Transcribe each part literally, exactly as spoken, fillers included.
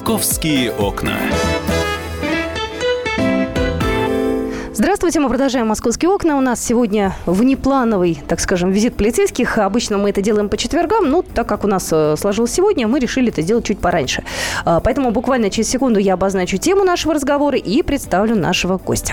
«Московские окна». Здравствуйте, мы продолжаем «Московские окна». У нас сегодня внеплановый, так скажем, визит полицейских. Обычно мы это делаем по четвергам, но так как у нас сложилось сегодня, мы решили это сделать чуть пораньше. Поэтому буквально через секунду я обозначу тему нашего разговора и представлю нашего гостя.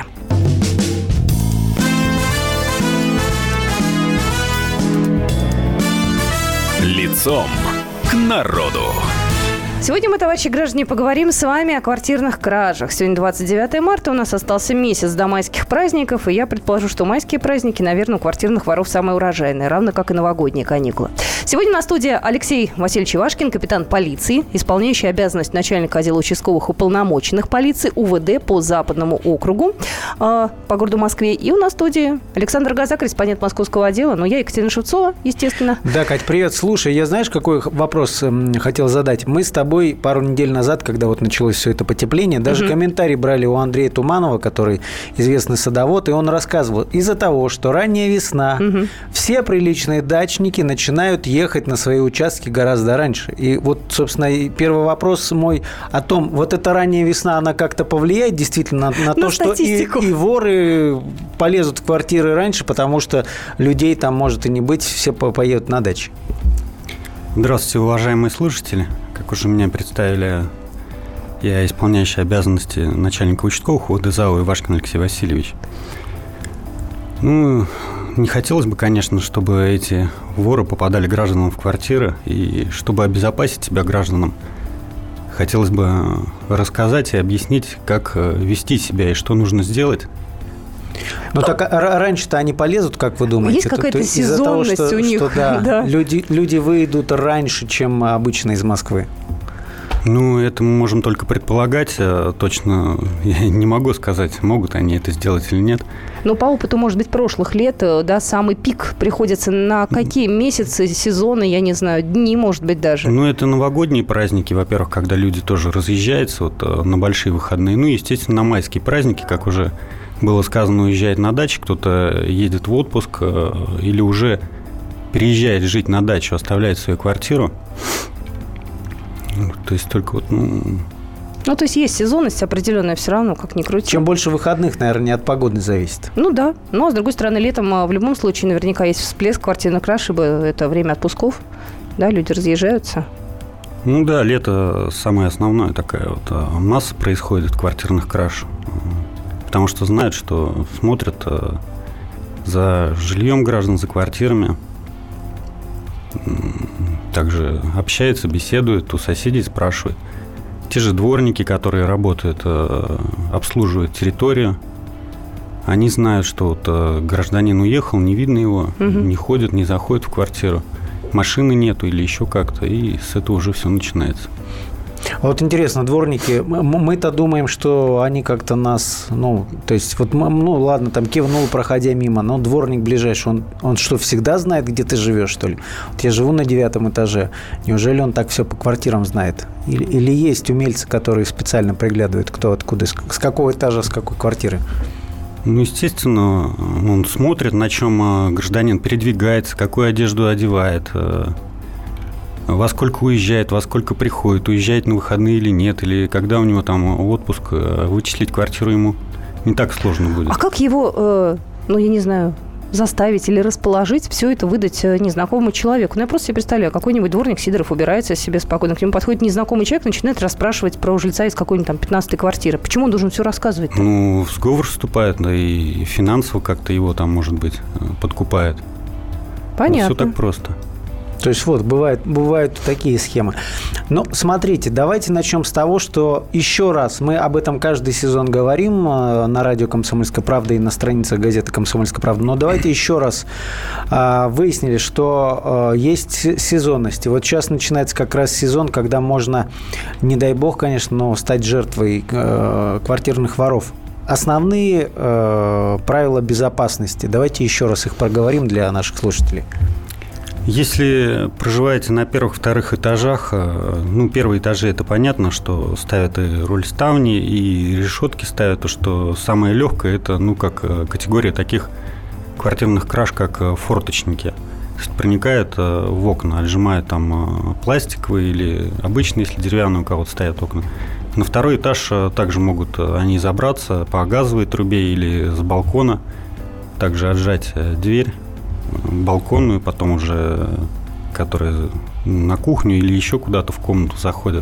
Лицом к народу. Сегодня мы, товарищи граждане, поговорим с вами о квартирных кражах. Сегодня двадцать девятое марта, у нас остался месяц до майских праздников, и я предположу, что майские праздники, наверное, у квартирных воров самые урожайные, равно как и новогодние каникулы. Сегодня на студии Алексей Васильевич Ивашкин, капитан полиции, исполняющий обязанность начальника отдела участковых уполномоченных полиции УВД по Западному округу э, по городу Москве. И у нас в студии Александр Газа, корреспондент московского отдела, ну, я Екатерина Шевцова, естественно. Да, Кать, привет. Слушай, я знаешь, какой вопрос хотел задать? Мы с тобой пару недель назад, когда вот началось все это потепление, даже угу. комментарий брали у Андрея Туманова, который известный садовод, и он рассказывал, из-за того, что ранняя весна, угу. все приличные дачники начинают ехать на свои участки гораздо раньше. И вот, собственно, первый вопрос мой о том, вот эта ранняя весна, она как-то повлияет действительно на, на то, что и, и воры полезут в квартиры раньше, потому что людей там может и не быть, все поедут на даче. Здравствуйте, уважаемые слушатели. Как уже меня представили, я исполняющий обязанности начальника участковых УВД ЗАО Ивашкин Алексей Васильевич. Ну, не хотелось бы, конечно, чтобы эти воры попадали гражданам в квартиры. И чтобы обезопасить себя гражданам, хотелось бы рассказать и объяснить, как вести себя и что нужно сделать. Ну, так а раньше-то они полезут, как вы думаете? Есть какая-то то, сезонность из-за того, что, у них. Что, да, да. люди, люди выйдут раньше, чем обычно из Москвы. Ну, это мы можем только предполагать. Точно я не могу сказать, могут они это сделать или нет. Но по опыту, может быть, прошлых лет, да, самый пик приходится на какие месяцы, сезоны, я не знаю, дни, может быть, даже? Ну, это новогодние праздники, во-первых, когда люди тоже разъезжаются вот, на большие выходные. Ну, естественно, на майские праздники, как уже было сказано, уезжает на дачу, кто-то едет в отпуск или уже переезжает жить на дачу, оставляет свою квартиру. То есть только вот, ну... Ну, то есть есть сезонность определенная все равно, как ни крути. Чем больше выходных, наверное, не от погоды зависит. Ну да. Ну, а с другой стороны, летом в любом случае наверняка есть всплеск квартирных краж, ибо это время отпусков, да, люди разъезжаются. Ну да, лето самое основное, такая вот масса происходит квартирных краж. Потому что знают, что смотрят за жильем граждан, за квартирами. Также общаются, беседуют, у соседей спрашивают. Те же дворники, которые работают, обслуживают территорию, они знают, что вот гражданин уехал, не видно его, угу. не ходит, не заходит в квартиру, машины нету или еще как-то, и с этого уже все начинается. Вот интересно, дворники, мы-то думаем, что они как-то нас, ну, то есть, вот, ну, ладно, там кивнул, проходя мимо, но дворник ближайший, он, он что, всегда знает, где ты живешь, что ли? Вот я живу на девятом этаже, неужели он так все по квартирам знает? Или, или есть умельцы, которые специально приглядывают, кто откуда, с какого этажа, с какой квартиры? Ну, естественно, он смотрит, на чем гражданин передвигается, какую одежду одевает, во сколько уезжает, во сколько приходит, уезжает на выходные или нет, или когда у него там отпуск, вычислить квартиру ему не так сложно будет. А как его, э, ну, я не знаю, заставить или расположить, все это выдать незнакомому человеку? Ну, я просто себе представляю, какой-нибудь дворник Сидоров убирается себе спокойно, к нему подходит незнакомый человек, начинает расспрашивать про жильца из какой-нибудь там пятнадцатой квартиры. Почему он должен все рассказывать-то? Ну, в сговор вступает, да, и финансово как-то его там, может быть, подкупает. Понятно. Вот все так просто. То есть вот, бывают, бывают такие схемы. Но смотрите, давайте начнем с того, что еще раз, мы об этом каждый сезон говорим на радио «Комсомольская правда» и на страницах газеты «Комсомольская правда», но давайте еще раз а, выяснили, что а, есть сезонность. И вот сейчас начинается как раз сезон, когда можно, не дай бог, конечно, но стать жертвой а, квартирных воров. Основные а, правила безопасности. Давайте еще раз их проговорим для наших слушателей. Если проживаете на первых-вторых этажах, ну, первые этажи, это понятно, что ставят и рольставни, и решетки ставят, то, что самое легкое, это, ну, как категория таких квартирных краж, как форточники. То есть проникают в окна, отжимают там пластиковые или обычные, если деревянные у кого-то стоят окна. На второй этаж также могут они забраться по газовой трубе или с балкона, также отжать дверь балконную, потом уже, которая на кухню или еще куда-то в комнату заходят.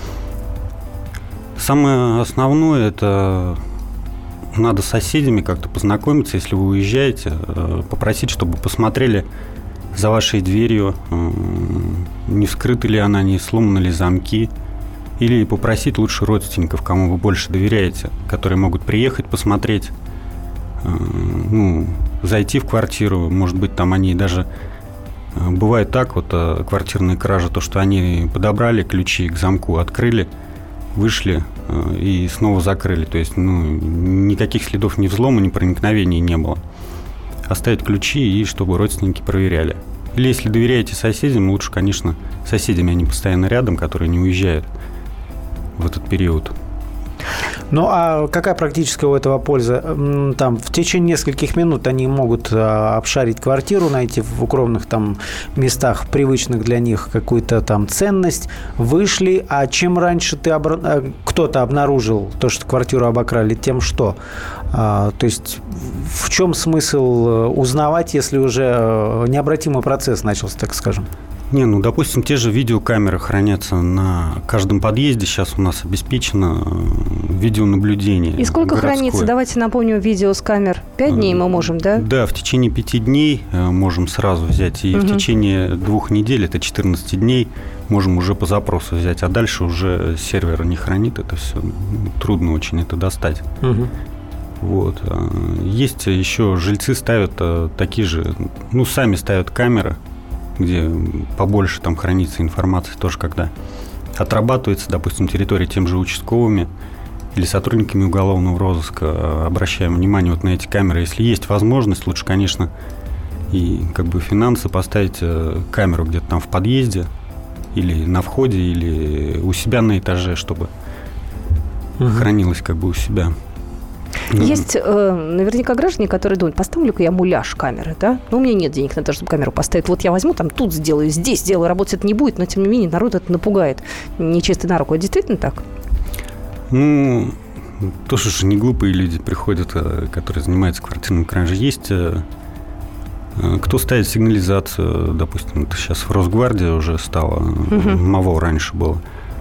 Самое основное – это надо с соседями как-то познакомиться, если вы уезжаете, попросить, чтобы посмотрели за вашей дверью, не вскрыта ли она, не сломаны ли замки, или попросить лучше родственников, кому вы больше доверяете, которые могут приехать, посмотреть, ну, зайти в квартиру, может быть, там они даже... Бывает так, вот квартирные кражи, то, что они подобрали ключи к замку, открыли, вышли и снова закрыли. То есть, ну, никаких следов ни взлома, ни проникновений не было. Оставить ключи и чтобы родственники проверяли. Или если доверяете соседям, лучше, конечно, соседями, они постоянно рядом, которые не уезжают в этот период. Ну, а какая практическая у этого польза? Там в течение нескольких минут они могут обшарить квартиру, найти в укромных там местах, привычных для них, какую-то там ценность, вышли, а чем раньше ты обра... кто-то обнаружил то, что квартиру обокрали, тем что? А, то есть в чем смысл узнавать, если уже необратимый процесс начался, так скажем? Не, ну, допустим, те же видеокамеры хранятся на каждом подъезде. Сейчас у нас обеспечено видеонаблюдение. И сколько городское. хранится? Давайте напомню, видео с камер. Пять дней мы можем, да? Да, в течение пяти дней можем сразу взять. И угу. в течение двух недель, это четырнадцать дней, можем уже по запросу взять. А дальше уже сервер не хранит это все. Трудно очень это достать. Угу. Вот. Есть еще жильцы ставят такие же, ну, сами ставят камеры, где побольше там хранится информация, тоже когда отрабатывается, допустим, территория тем же участковыми или сотрудниками уголовного розыска, обращаем внимание вот на эти камеры. Если есть возможность, лучше, конечно, и как бы финансы поставить камеру где-то там в подъезде или на входе, или у себя на этаже, чтобы угу. хранилось как бы у себя. Есть э, наверняка граждане, которые думают, поставлю-ка я муляж камеры, да? Но у меня нет денег на то, чтобы камеру поставить. Вот я возьму, там тут сделаю, здесь сделаю, работать это не будет, но тем не менее народ это напугает. Нечисто на руку. Это действительно так? Ну, тоже же не глупые люди приходят, которые занимаются квартирным кражей. Есть кто ставит сигнализацию, допустим, это сейчас в Росгвардии уже стало, угу. МАВО раньше было.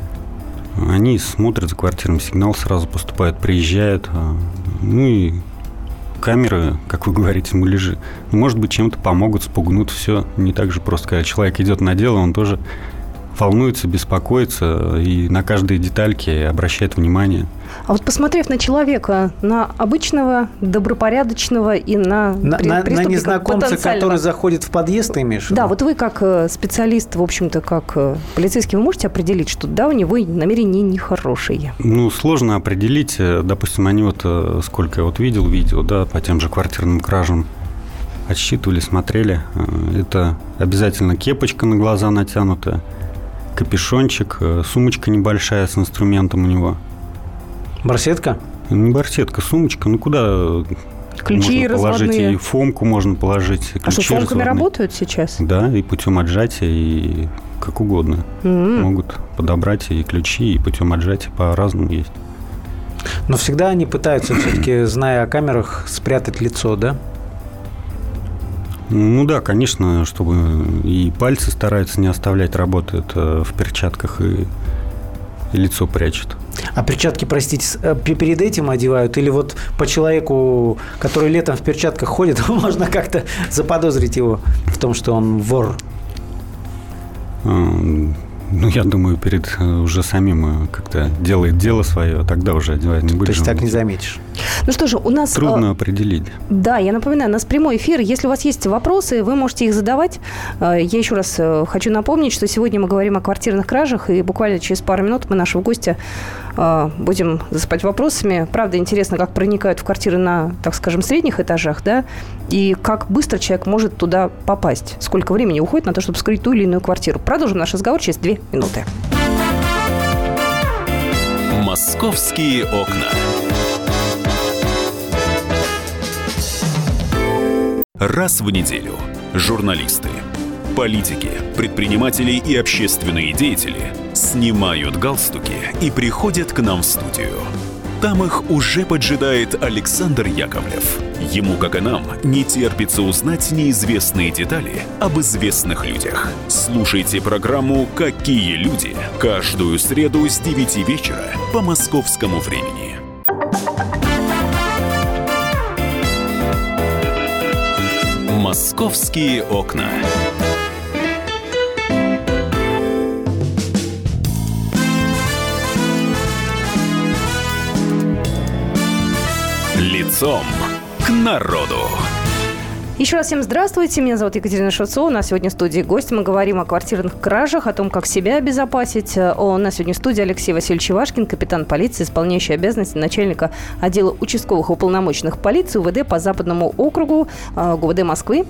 Они смотрят за квартирами, сигнал сразу поступает, приезжают. Ну и камеры, как вы говорите, муляжи, может быть, чем-то помогут, спугнут. Все не так же просто. Когда человек идет на дело, он тоже волнуется, беспокоится и на каждой детальке обращает внимание. А вот посмотрев на человека, на обычного, добропорядочного и на, на, на, на незнакомца, который заходит в подъезд, ты имеешь в виду? Да, вот вы как специалист, в общем-то, как полицейский, вы можете определить, что да, у него намерения нехорошие? Ну, сложно определить. Допустим, они вот, сколько я вот видел видео, да, по тем же квартирным кражам, отсчитывали, смотрели. Это обязательно кепочка на глаза натянутая, капюшончик, сумочка небольшая с инструментом у него. Барсетка? Не барсетка, сумочка. Ну, куда ключи можно положить? разводные. И фомку можно положить. А что, фомками разводные. Работают сейчас? Да, и путем отжатия, и как угодно. Mm-hmm. Могут подобрать и ключи, и путем отжатия по-разному есть. Но всегда они пытаются все-таки, зная о камерах, спрятать лицо, да? Ну да, конечно, чтобы и пальцы стараются не оставлять, работают в перчатках и, и лицо прячут. А перчатки, простите, перед этим одевают? Или вот по человеку, который летом в перчатках ходит, можно как-то заподозрить его в том, что он вор? Ну, я думаю, перед уже самим как-то делает дело свое, тогда уже одевать не будешь. То есть так не заметишь? Ну что же, у нас... Трудно определить. Да, я напоминаю, у нас прямой эфир. Если у вас есть вопросы, вы можете их задавать. Я еще раз хочу напомнить, что сегодня мы говорим о квартирных кражах, и буквально через пару минут мы нашего гостя будем засыпать вопросами. Правда, интересно, как проникают в квартиры на, так скажем, средних этажах, да, и как быстро человек может туда попасть. Сколько времени уходит на то, чтобы вскрыть ту или иную квартиру. Продолжим наш разговор через две минуты. «Московские окна». Раз в неделю журналисты, Политики, предприниматели и общественные деятели снимают галстуки и приходят к нам в студию. Там их уже поджидает Александр Яковлев. Ему, как и нам, не терпится узнать неизвестные детали об известных людях. Слушайте программу «Какие люди» каждую среду с девяти вечера по московскому времени. «Московские окна». Лицом к народу. Еще раз всем здравствуйте. Меня зовут Екатерина Шевцова. У нас сегодня в студии гость. Мы говорим о квартирных кражах, о том, как себя обезопасить. У нас сегодня в студии Алексей Васильевич Ивашкин, капитан полиции, исполняющий обязанности начальника отдела участковых уполномоченных полиции УВД по Западному округу ГУВД Москвы.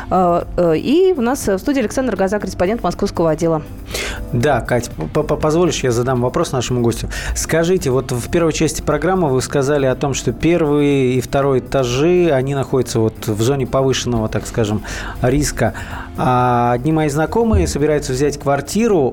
И у нас в студии Александр Газа, корреспондент московского отдела. Да, Кать, позволишь, я задам вопрос нашему гостю. Скажите, вот в первой части программы вы сказали о том, что первый и второй этажи, они находятся вот в зоне повышенного, так скажем, риска. А одни мои знакомые собираются взять квартиру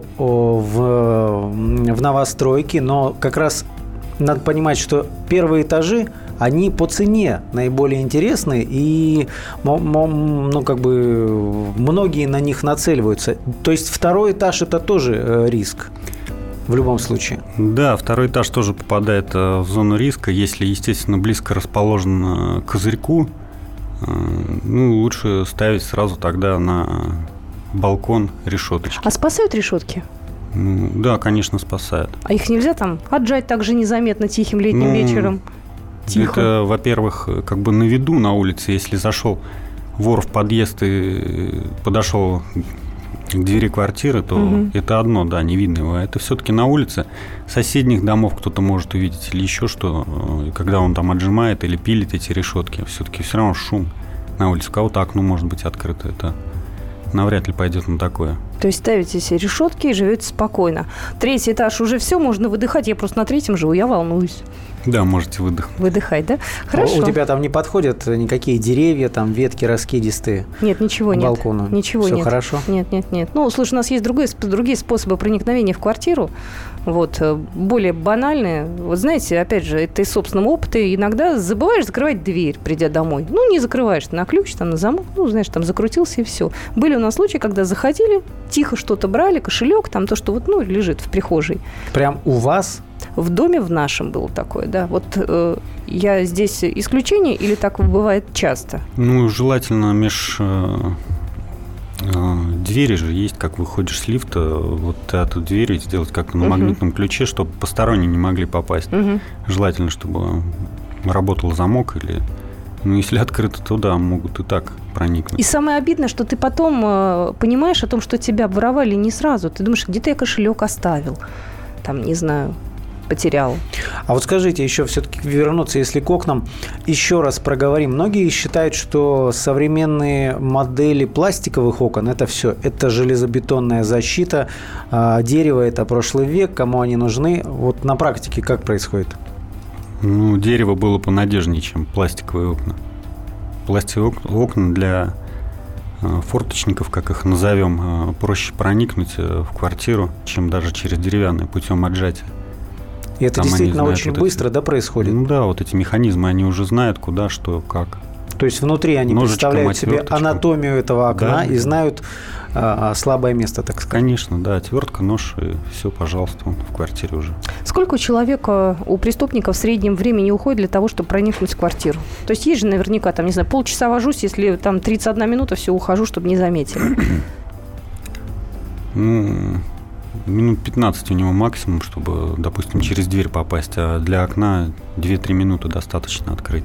в, в новостройке, но как раз надо понимать, что первые этажи, они по цене наиболее интересны, и ну, как бы, многие на них нацеливаются. То есть второй этаж – это тоже риск в любом случае? Да, второй этаж тоже попадает в зону риска, если, естественно, близко расположен к козырьку. Ну, лучше ставить сразу тогда на балкон решеточки. А спасают решетки? Ну, да, конечно, спасают. А их нельзя там отжать так же незаметно тихим летним ну, вечером? Тихо. Это, во-первых, как бы на виду на улице, если зашел вор в подъезд и подошел к двери квартиры, то угу. это одно, да, не видно его. Это все-таки на улице. Соседних домов кто-то может увидеть или еще что, когда он там отжимает или пилит эти решетки. Все-таки все равно шум на улице. У кого-то окно может быть открыто. Это навряд ли пойдет на такое. То есть ставите себе решетки и живете спокойно. Третий этаж уже все, можно выдыхать. Я просто на третьем живу, я волнуюсь. Да, можете выдохнуть. Выдыхать, да? Хорошо. У тебя там не подходят никакие деревья, там ветки раскидистые? Нет, ничего нет. Балкону? Ничего Все нет. хорошо? Нет, нет, нет. Ну, слушай, у нас есть другие, другие способы проникновения в квартиру. Вот, более банальные. Вот знаете, опять же, это из собственного опыта. Иногда забываешь закрывать дверь, придя домой. Ну, не закрываешь на ключ, там, на замок. Ну, знаешь, там закрутился и все. Были у нас случаи, когда заходили, тихо что-то брали, кошелек, там то, что вот, ну, лежит в прихожей. Прям у вас? В доме в нашем было такое, да. Вот э, я здесь исключение или так бывает часто? Ну, желательно меж... Э, э, двери же есть, как выходишь с лифта, вот эту дверь сделать как-то на uh-huh. магнитном ключе, чтобы посторонние не могли попасть. Uh-huh. Желательно, чтобы работал замок или... Ну, если открыто, то да, могут и так проникнуть. И самое обидное, что ты потом э, понимаешь о том, что тебя воровали не сразу. Ты думаешь, где-то я кошелек оставил. Там, не знаю... потерял. А вот скажите, еще все-таки вернуться, если к окнам, еще раз проговорим. Многие считают, что современные модели пластиковых окон – это все. Это железобетонная защита, а дерево – это прошлый век, кому они нужны. Вот на практике как происходит? Ну, дерево было понадежнее, чем пластиковые окна. Пластиковые окна для форточников, как их назовем, проще проникнуть в квартиру, чем даже через деревянное путем отжатия. И это Там действительно знают, очень вот быстро, эти, да, происходит? Ну да, вот эти механизмы, они уже знают, куда, что, как. То есть внутри они Ножичком, представляют себе анатомию этого окна, да, и знают а, слабое место, так сказать. Конечно, да, отвертка, нож, и все, пожалуйста, он в квартире уже. Сколько у человека, у преступника в среднем времени уходит для того, чтобы проникнуть в квартиру? То есть есть же наверняка, там, не знаю, полчаса вожусь, если там тридцать одна минута, все, ухожу, чтобы не заметили. Ну... Минут пятнадцать у него максимум, чтобы, допустим, через дверь попасть, а для окна две-три минуты достаточно открыть.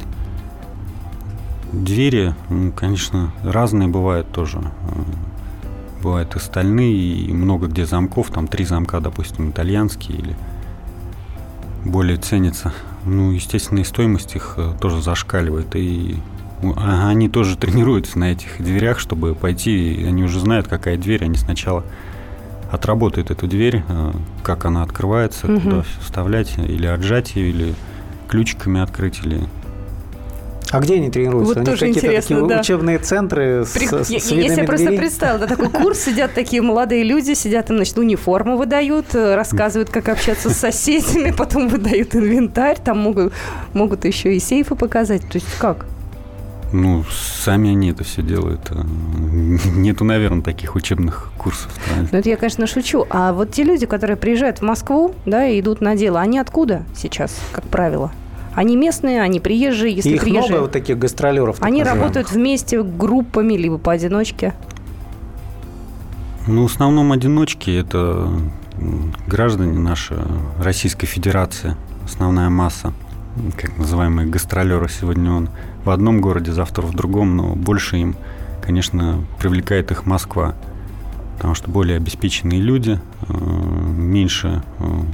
Двери, ну, конечно, разные бывают тоже. Бывают и стальные, и много где замков, там три замка, допустим, итальянские или более ценятся. Ну, естественно, и стоимость их тоже зашкаливает, и они тоже тренируются на этих дверях, чтобы пойти, они уже знают, какая дверь, они сначала... отработает эту дверь, как она открывается, угу. куда вставлять, или отжать ее, или ключиками открыть, или... А где они тренируются? Вот У них тоже какие-то интересно, такие да. учебные центры с, При... с, я, с я себе просто дверей? представила, да, такой курс, сидят такие молодые люди, сидят, им, значит, униформу выдают, рассказывают, как общаться с соседями, потом выдают инвентарь, там могут, могут еще и сейфы показать. То есть как? Ну, сами они это все делают. Нету, наверное, таких учебных курсов. Ну, это я, конечно, шучу. А вот те люди, которые приезжают в Москву, да, и идут на дело, они откуда сейчас, как правило? Они местные, они приезжие, если Их приезжие. много вот таких гастролеров. Они называемых. работают вместе, группами, либо поодиночке. Ну, в основном одиночки – это граждане нашей Российской Федерации, основная масса, как называемые гастролеры. Сегодня он в одном городе, завтра в другом, но больше им, конечно, привлекает их Москва, потому что более обеспеченные люди, меньше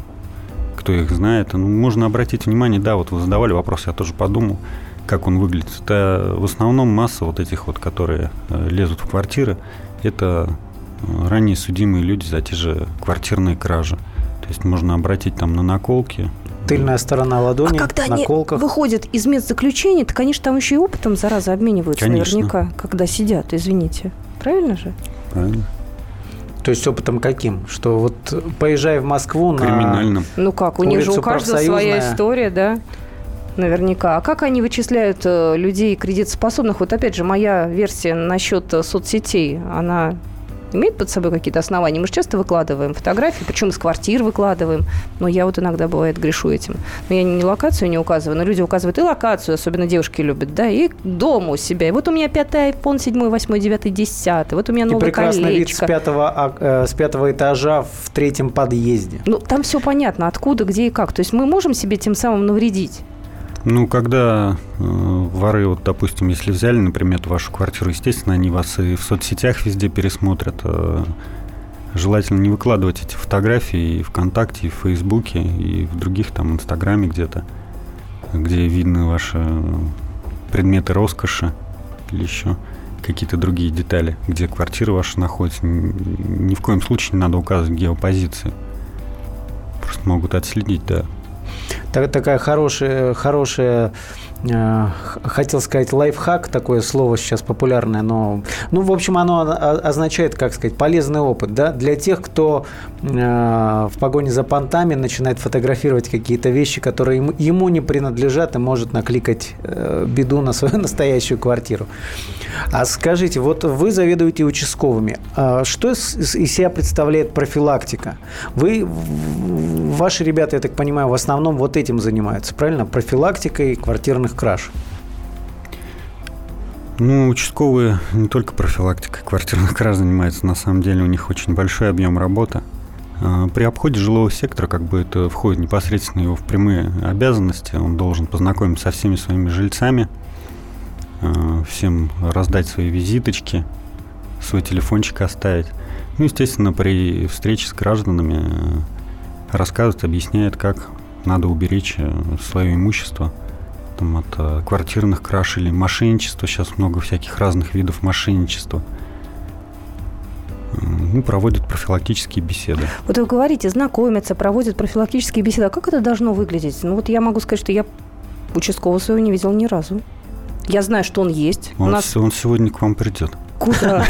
кто их знает. Ну, можно обратить внимание, да, вот вы задавали вопрос, я тоже подумал, как он выглядит. Это в основном масса вот этих вот, которые лезут в квартиры, это ранее судимые люди за те же квартирные кражи. То есть можно обратить там на наколки. Тыльная сторона ладони, а когда на они колках. выходят из медзаключения, так они же там еще и опытом, зараза, обмениваются. Конечно. Наверняка, когда сидят, извините. Правильно же? Правильно. То есть опытом каким? Что вот поезжай в Москву на... Криминальным. Ну как, у них же у каждого своя история, да? Наверняка. А как они вычисляют людей кредитоспособных? Вот опять же, моя версия насчет соцсетей, она имеет под собой какие-то основания? Мы же часто выкладываем фотографии, причем из квартир выкладываем. Но я вот иногда, бывает, грешу этим. Но я не локацию не указываю, но люди указывают и локацию, особенно девушки любят, да, и дом у себя. И вот у меня пятый айфон, седьмой, восьмой, девятый, десятый. Вот у меня новое колечко. И прекрасный вид с пятого, э, с пятого этажа в третьем подъезде. Ну, там все понятно, откуда, где и как. То есть мы можем себе тем самым навредить. Ну, когда э, воры, вот, допустим, если взяли, например, вашу квартиру, естественно, они вас и в соцсетях везде пересмотрят. Э, желательно не выкладывать эти фотографии и ВКонтакте, и в Фейсбуке, и в других, там, Инстаграме где-то, где видны ваши предметы роскоши или еще какие-то другие детали, где квартира ваша находится. Ни в коем случае не надо указывать геопозицию. Просто могут отследить, да. Так, такая хорошая, хорошая э, хотел сказать, лайфхак, такое слово сейчас популярное, но, ну, в общем, оно означает, как сказать, полезный опыт, да, для тех, кто э, в погоне за понтами начинает фотографировать какие-то вещи, которые ему, ему не принадлежат, и может накликать э, беду на свою настоящую квартиру. А скажите, вот вы заведуете участковыми, а что из себя представляет профилактика? Вы, ваши ребята, я так понимаю, в основном вот этим занимаются, правильно? Профилактикой квартирных краж. Ну, участковые не только профилактикой квартирных краж занимаются, на самом деле у них очень большой объем работы. При обходе жилого сектора, как бы это входит непосредственно его в прямые обязанности, он должен познакомиться со всеми своими жильцами, всем раздать свои визиточки, свой телефончик оставить. Ну, естественно, при встрече с гражданами рассказывает, объясняет, как надо уберечь свое имущество там, от квартирных краж или мошенничества. Сейчас много всяких разных видов мошенничества. Ну, проводят профилактические беседы. Вот вы говорите, знакомятся, проводят профилактические беседы. А как это должно выглядеть? Ну, вот я могу сказать, что я участкового своего не видел ни разу. Я знаю, что он есть. Он, У нас... он сегодня к вам придет. Куда?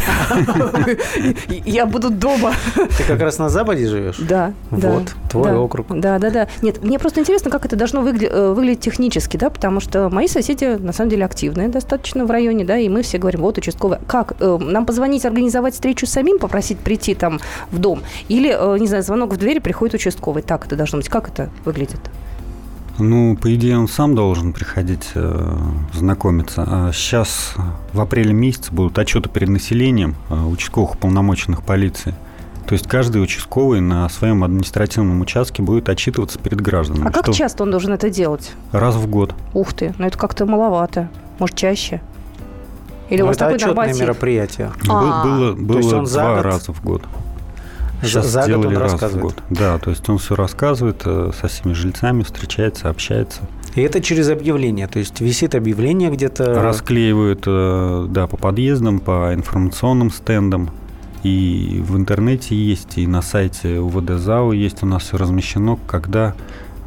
Я буду дома. Ты как раз на Западе живешь? Да. Вот, твой округ. Да, да, да. Нет, мне просто интересно, как это должно выглядеть технически, да, потому что мои соседи, на самом деле, активные достаточно в районе, да, и мы все говорим, вот, участковый. Как? Нам позвонить, организовать встречу самим, попросить прийти там в дом? Или, не знаю, звонок в дверь, приходит участковый. Так это должно быть. Как это выглядит? Ну, по идее, он сам должен приходить э, знакомиться. А сейчас в апреле месяце будут отчеты перед населением э, участковых уполномоченных полиции. То есть каждый участковый на своем административном участке будет отчитываться перед гражданами. А как часто он должен это делать? Раз в год. Ух ты, ну это как-то маловато. Может, чаще? Или ну, у вас это такой отчетное норматив? мероприятие. А-а-а. Было, было два раза в год. Сейчас за год он раз рассказывает. В год. Да, то есть он все рассказывает, со всеми жильцами встречается, общается. И это через объявление, то есть висит объявление где-то... Расклеивают, да, по подъездам, по информационным стендам. И в интернете есть, и на сайте УВД ЗАО есть у нас все размещено, когда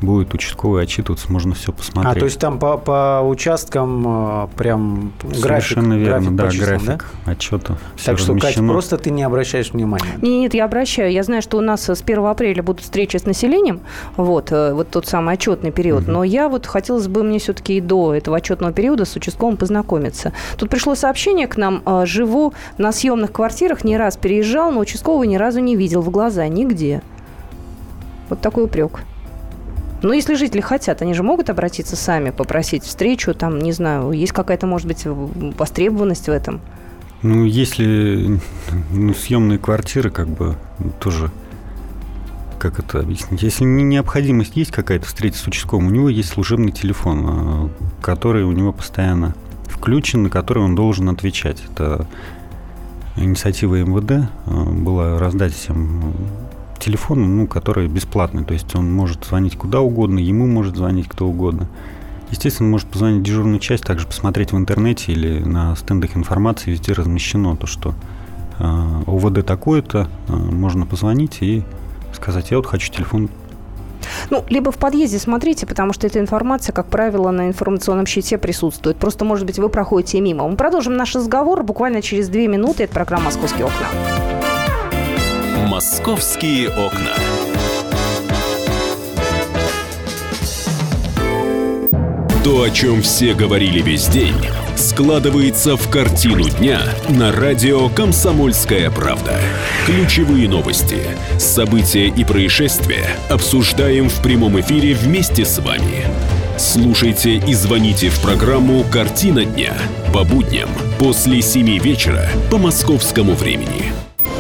будет участковый отчитываться, можно все посмотреть. А, то есть там по, по участкам прям график? Совершенно верно, график да, почислен, график да? отчета. Так что, Кать, просто ты не обращаешь внимания? Нет, нет, я обращаю. Я знаю, что у нас с первого апреля будут встречи с населением, вот, вот тот самый отчетный период. Угу. Но я вот хотелось бы мне все-таки и до этого отчетного периода с участковым познакомиться. Тут пришло сообщение к нам. Живу на съемных квартирах, не раз переезжал, но участкового ни разу не видел в глаза, нигде. Вот такой упрек. Ну, если жители хотят, они же могут обратиться сами, попросить встречу, там, не знаю, есть какая-то, может быть, востребованность в этом? Ну, если ну, съемные квартиры, как бы, тоже, как это объяснить, если необходимость есть какая-то встретиться с участковым, у него есть служебный телефон, который у него постоянно включен, на который он должен отвечать. Это инициатива эм вэ дэ была раздать всем телефон, ну, который бесплатный, то есть он может звонить куда угодно, ему может звонить кто угодно. Естественно, может позвонить в дежурную часть, также посмотреть в интернете или на стендах информации, везде размещено то, что э, о вэ дэ такое-то, э, можно позвонить и сказать, я вот хочу телефон. Ну, либо в подъезде смотрите, потому что эта информация, как правило, на информационном щите присутствует. Просто, может быть, вы проходите мимо. Мы продолжим наш разговор буквально через две минуты. Это программа «Московские окна». «Московские окна». То, о чем все говорили весь день, складывается в картину дня на радио «Комсомольская правда». Ключевые новости, события и происшествия обсуждаем в прямом эфире вместе с вами. Слушайте и звоните в программу «Картина дня» по будням после семи вечера по московскому времени.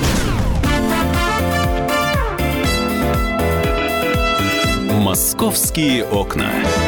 «Московские окна».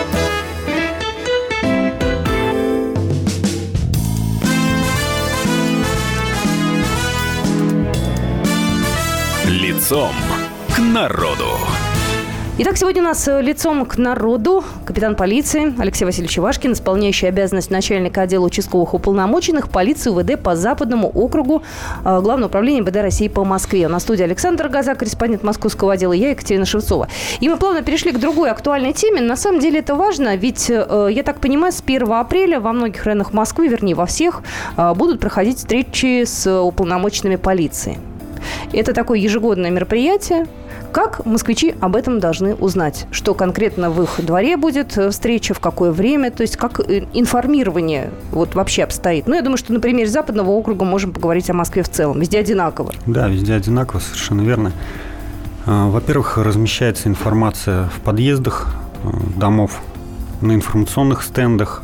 Лицом к народу. Итак, сегодня у нас лицом к народу капитан полиции Алексей Васильевич Ивашкин, исполняющий обязанности начальника отдела участковых уполномоченных полиции у вэ дэ по Западному округу Главного управления эм вэ дэ России по Москве. На студии Александр Газак, корреспондент московского отдела, я Екатерина Шевцова. И мы плавно перешли к другой актуальной теме. На самом деле это важно, ведь, я так понимаю, с первого апреля во многих районах Москвы, вернее, во всех, будут проходить встречи с уполномоченными полиции. Это такое ежегодное мероприятие. Как москвичи об этом должны узнать? Что конкретно в их дворе будет встреча, в какое время? То есть как информирование вот вообще обстоит? Ну, я думаю, что на примере Западного округа можем поговорить о Москве в целом. Везде одинаково. Да, везде одинаково, совершенно верно. Во-первых, размещается информация в подъездах домов, на информационных стендах.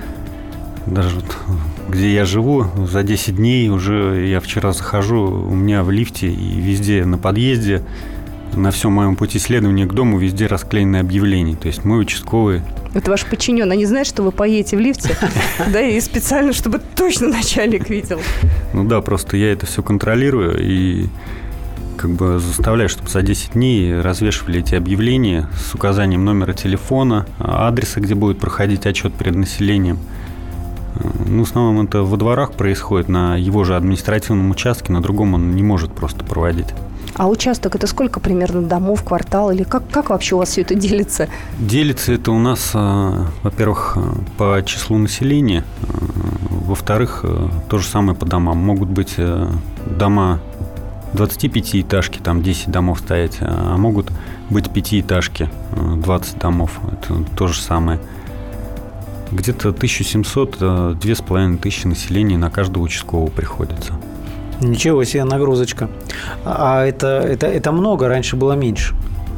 Даже где я живу, за десять дней уже я вчера захожу, у меня в лифте и везде на подъезде, на всем моем пути следования к дому везде расклеены объявления. То есть мы участковые. Это ваш подчиненный. Они знают, что вы поедете в лифте? Да, и специально, чтобы точно начальник видел. Ну да, просто я это все контролирую и как бы заставляю, чтобы за десять дней развешивали эти объявления с указанием номера телефона, адреса, где будет проходить отчет перед населением. Ну, в основном это во дворах происходит, на его же административном участке, на другом он не может просто проводить. А участок – это сколько примерно домов, квартал? Или как, как вообще у вас все это делится? Делится это у нас, во-первых, по числу населения. Во-вторых, то же самое по домам. Могут быть дома двадцатипятиэтажки, там десять домов стоять, а могут быть пятиэтажки, двадцать домов. Это то же самое. Где-то тысяча семьсот - две с половиной тысячи населения на каждого участкового приходится. Ничего себе нагрузочка. А это, это, это много, раньше было меньше.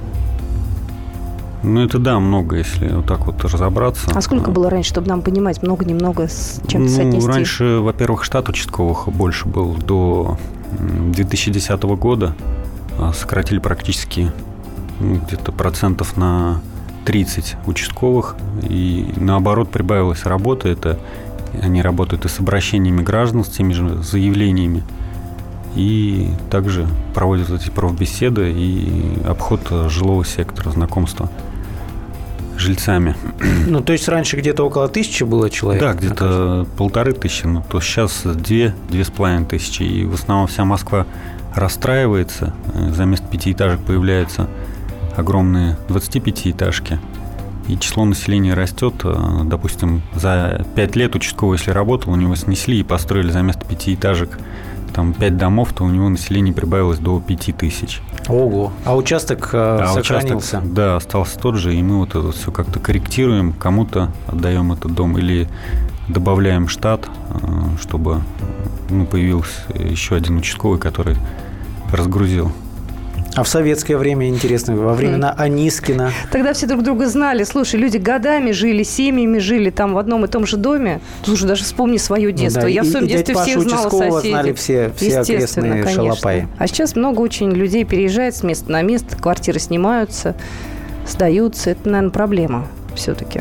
Ну, это да, много, если вот так вот разобраться. А сколько было раньше, чтобы нам понимать, много-немного, с чем-то ну, соотнести? Раньше, во-первых, штат участковых больше был. До две тысячи десятого года сократили практически ну, где-то процентов на тридцать участковых. И наоборот прибавилась работа. Это они работают и с обращениями граждан, с теми же заявлениями. И также проводят эти профбеседы и обход жилого сектора, знакомства с жильцами. Ну, то есть раньше где-то около тысячи было человек? Да, где-то полторы тысячи, ну, то сейчас две, две с половиной тысячи. И в основном вся Москва расстраивается, за место пятиэтажек появляются огромные двадцатипятиэтажки. И число населения растет. Допустим, за пять лет участковый, если работал, у него снесли и построили за место пятиэтажек там пять домов, то у него население прибавилось до пяти тысяч. Ого. А участок э, а сохранился? Участок, да, остался тот же, и мы вот это все как-то корректируем, кому-то отдаем этот дом или добавляем штат, чтобы ну, появился еще один участковый, который разгрузил. А в советское время, интересно, во времена Анискина? Тогда все друг друга знали. Слушай, люди годами жили, семьями жили там в одном и том же доме. Слушай, даже вспомни свое детство. Ну, да. Я и, в своем и детстве всех знала соседей. Знали все, все окрестные конечно. шалопаи. А сейчас много очень людей переезжает с места на место, квартиры снимаются, сдаются. Это, наверное, проблема все-таки.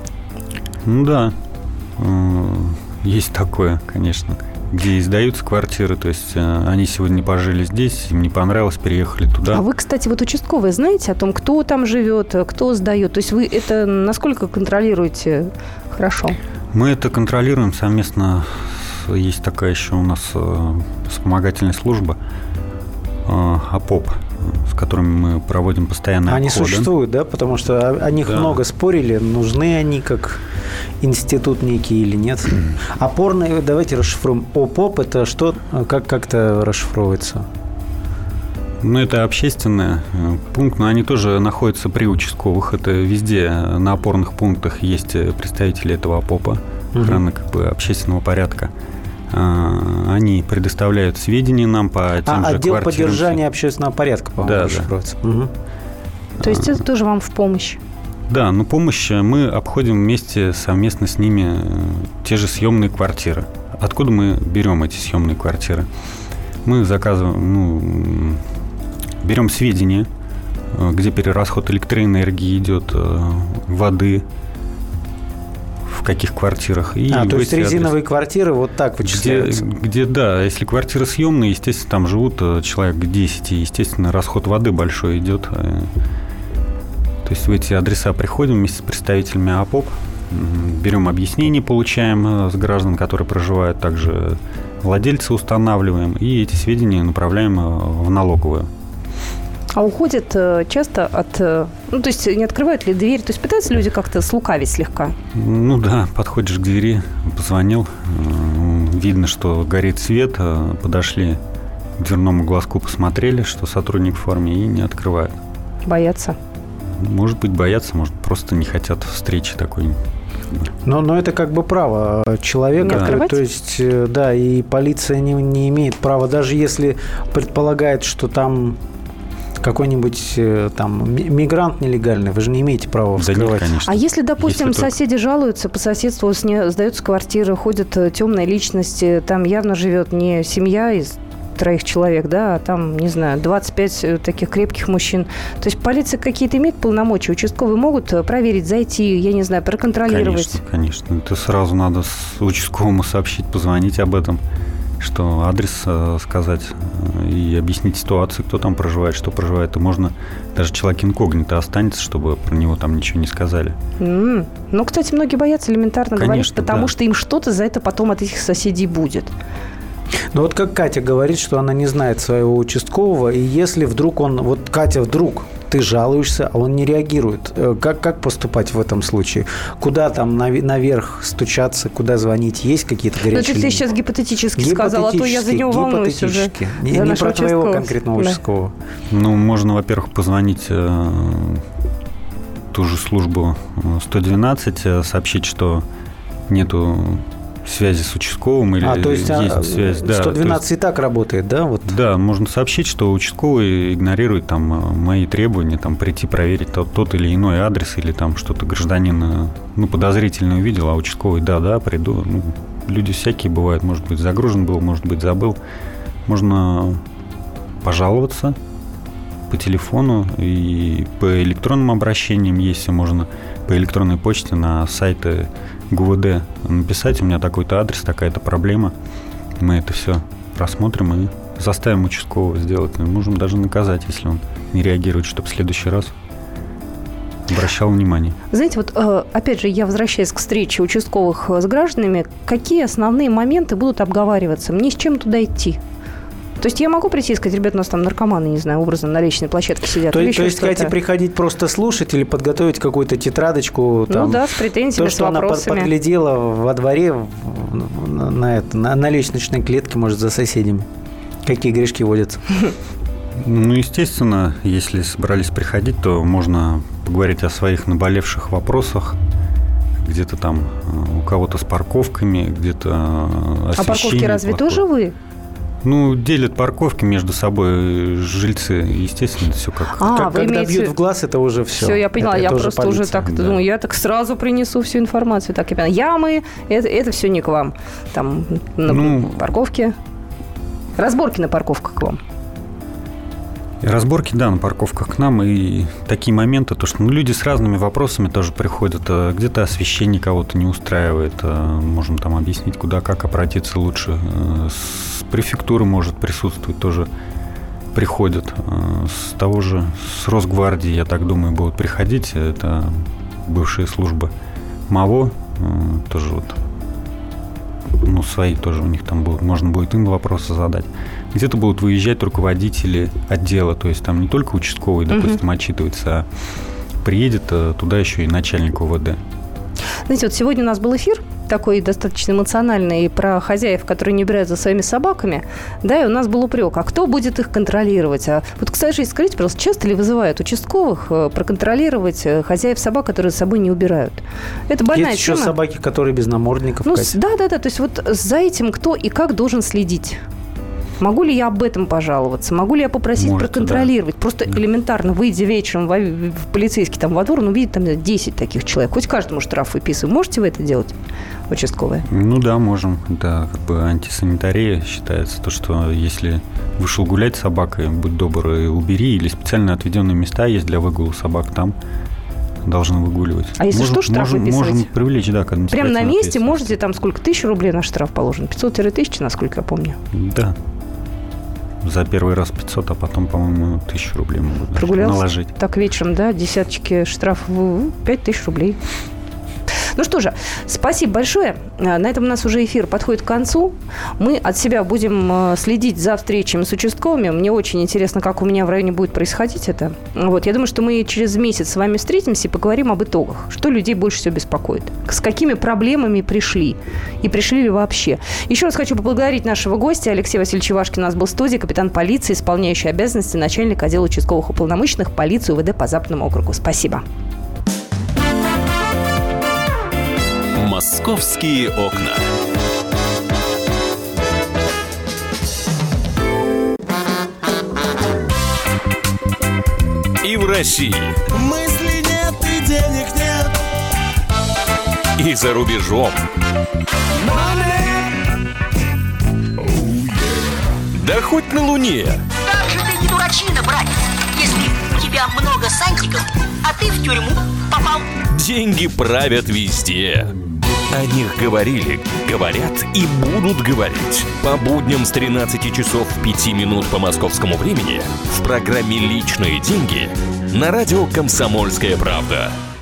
Ну да, есть такое, конечно. Где издаются квартиры, то есть э, они сегодня пожили здесь, им не понравилось, переехали туда. А вы, кстати, вот участковые знаете о том, кто там живет, кто сдает? То есть вы это насколько контролируете хорошо? Мы это контролируем совместно. Есть такая еще у нас э, вспомогательная служба э, АПОП, с которыми мы проводим постоянные они обходы. Они существуют, да? Потому что о них да. много спорили, нужны они как институт некий или нет. Опорный, давайте расшифруем. ОПОП – это что? Как, как это расшифровывается? Ну, это общественный пункт, но они тоже находятся при участковых. Это везде на опорных пунктах есть представители этого ОПОПа, охраны угу. как бы общественного порядка. Они предоставляют сведения нам по тем а, же отдел квартирам. поддержания общественного порядка, по-моему, да, расшифровывается. Да. Угу. То есть это тоже вам в помощь? Да, но помощь мы обходим вместе, совместно с ними те же съемные квартиры. Откуда мы берем эти съемные квартиры? Мы заказываем, ну, берем сведения, где перерасход электроэнергии идет, воды, в каких квартирах. И а, то есть резиновые адрес, квартиры вот так вычисляются? Где, где, да, если квартиры съемные, естественно, там живут человек десять, и, естественно, расход воды большой идет. То есть в эти адреса приходим вместе с представителями АПОП, берем объяснения, получаем с граждан, которые проживают, также владельцы устанавливаем, и эти сведения направляем в налоговую. А уходят часто от... Ну, то есть не открывают ли дверь? То есть пытаются люди как-то слукавить слегка? Ну да, подходишь к двери, позвонил, видно, что горит свет, подошли к дверному глазку, посмотрели, что сотрудник в форме, и не открывают. Боятся? Может быть, боятся, может, просто не хотят встречи такой. Но, но это как бы право человека. Да. То есть, да, и полиция не, не имеет права, даже если предполагает, что там какой-нибудь там мигрант нелегальный, вы же не имеете права вскрывать. Да нет, конечно. А если, допустим, если соседи только... жалуются, по соседству сдаются квартиры, ходят темные личности, там явно живет не семья из троих человек, да, а там, не знаю, двадцать пять таких крепких мужчин. То есть полиция какие-то имеет полномочия? Участковые могут проверить, зайти, я не знаю, проконтролировать? Конечно, конечно. Это сразу надо участковому сообщить, позвонить об этом, что адрес э, сказать и объяснить ситуацию, кто там проживает, что проживает. И можно, даже человек инкогнито останется, чтобы про него там ничего не сказали. Mm. Ну, кстати, многие боятся элементарно конечно, говорить, потому да. что им что-то за это потом от этих соседей будет. Ну вот как Катя говорит, что она не знает своего участкового, и если вдруг он, вот Катя, вдруг ты жалуешься, а он не реагирует, как, как поступать в этом случае? Куда там наверх стучаться, куда звонить? Есть какие-то горячие линии? Ну, ты сейчас гипотетически, гипотетически сказал, а то я за него волнуюсь уже. Не, не про твоего конкретного да. участкового. Ну, можно, во-первых, позвонить э, ту же службу сто двенадцать, сообщить, что нету связи с участковым или а, то есть, есть а, связь. Да, сто двенадцать есть, и так работает, да? Вот. Да, можно сообщить, что участковый игнорирует там мои требования, там прийти проверить тот, тот или иной адрес, или там что-то гражданин ну, подозрительно увидел, а участковый, да-да, приду. Ну, люди всякие бывают, может быть, загружен был, может быть, забыл. Можно пожаловаться по телефону и по электронным обращениям, если можно, по электронной почте на сайты ГУВД написать, у меня такой-то адрес, такая-то проблема. Мы это все рассмотрим и заставим участкового сделать. Мы можем даже наказать, если он не реагирует, чтобы в следующий раз обращал внимание. Знаете, вот опять же, я возвращаюсь к встрече участковых с гражданами. Какие основные моменты будут обговариваться? Мне с чем туда идти? То есть я могу прийти и сказать: ребята, у нас там наркоманы, не знаю, образно на личной площадке сидят. То, или то есть, что-то. Катя, приходить просто слушать или подготовить какую-то тетрадочку? Там, ну да, с претензиями, то, с что вопросами. она подглядела во дворе на, на, это, на, на лестничной клетке, может, за соседями. Какие грешки водятся? Ну, естественно, если собрались приходить, то можно поговорить о своих наболевших вопросах. Где-то там у кого-то с парковками, где-то освещение. А парковки разве плохое. тоже вы? Ну, делят парковки между собой жильцы. Естественно, это все как... А, как вы когда имеете... бьют в глаз, это уже все. Все, я поняла. Это, я это просто уже, уже так да. думаю, я так сразу принесу всю информацию. Так, я поняла. Ямы, это, это все не к вам. Там на Ну, парковке. Разборки на парковках к вам. Разборки, да, на парковках к нам. И такие моменты, то, что ну, люди с разными вопросами тоже приходят. Где-то освещение кого-то не устраивает. Можем там объяснить, куда, как обратиться лучше. С префектуры, может, присутствовать тоже приходят. С того же, с Росгвардии, я так думаю, будут приходить. Это бывшая служба МАВО. Тоже вот, ну, свои тоже у них там будут. Можно будет им вопросы задать. Где-то будут выезжать руководители отдела, то есть там не только участковый, допустим, uh-huh. отчитывается, а приедет туда еще и начальник ОВД. Знаете, вот сегодня у нас был эфир такой достаточно эмоциональный про хозяев, которые не убирают за своими собаками, да, и у нас был упрек, а кто будет их контролировать? А вот, кстати, скажите, пожалуйста, часто ли вызывают участковых проконтролировать хозяев собак, которые за собой не убирают? Это больная Есть тема. еще собаки, которые без намордников. Ну, Катя. да, да, да, то есть вот за этим кто и как должен следить? Могу ли я об этом пожаловаться? Могу ли я попросить Можете, проконтролировать? да. Просто да. элементарно, выйдя вечером в, в полицейский там во двор, он увидит там десять таких человек. Хоть каждому штраф выписывать. Можете вы это делать, участковые? Ну да, можем. Это как бы антисанитария считается. То, что если вышел гулять с собакой, будь добр, и убери. Или специально отведенные места есть для выгула собак, там должны выгуливать. А если можем, что, штраф можем, выписывать? можем привлечь, да, к Прямо на месте ответственности. можете, там сколько? Тысячу рублей на штраф положен? пятьсот-тысяча, насколько я помню. Да. За первый раз пятьсот, а потом, по-моему, тысячу рублей могут даже Прогулялся? наложить. Так вечером, да, десяточки штраф пять тысяч рублей. Ну что же, спасибо большое. На этом у нас уже эфир подходит к концу. Мы от себя будем следить за встречами с участковыми. Мне очень интересно, как у меня в районе будет происходить это. Вот. Я думаю, что мы через месяц с вами встретимся и поговорим об итогах. Что людей больше всего беспокоит. С какими проблемами пришли. И пришли ли вообще. Еще раз хочу поблагодарить нашего гостя. Алексей Васильевич Ивашкин у нас был в студии. Капитан полиции, исполняющий обязанности начальника отдела участковых уполномоченных полиции УВД по Западному округу. Спасибо. «Московские окна». И в России. Мысли нет и денег нет. И за рубежом. Да хоть на Луне. Как же ты не дурачина, братец, если у тебя много сантиков, а ты в тюрьму попал. Деньги правят везде. О них говорили, говорят и будут говорить. По будням с тринадцати часов пяти минут по московскому времени в программе «Личные деньги» на радио «Комсомольская правда».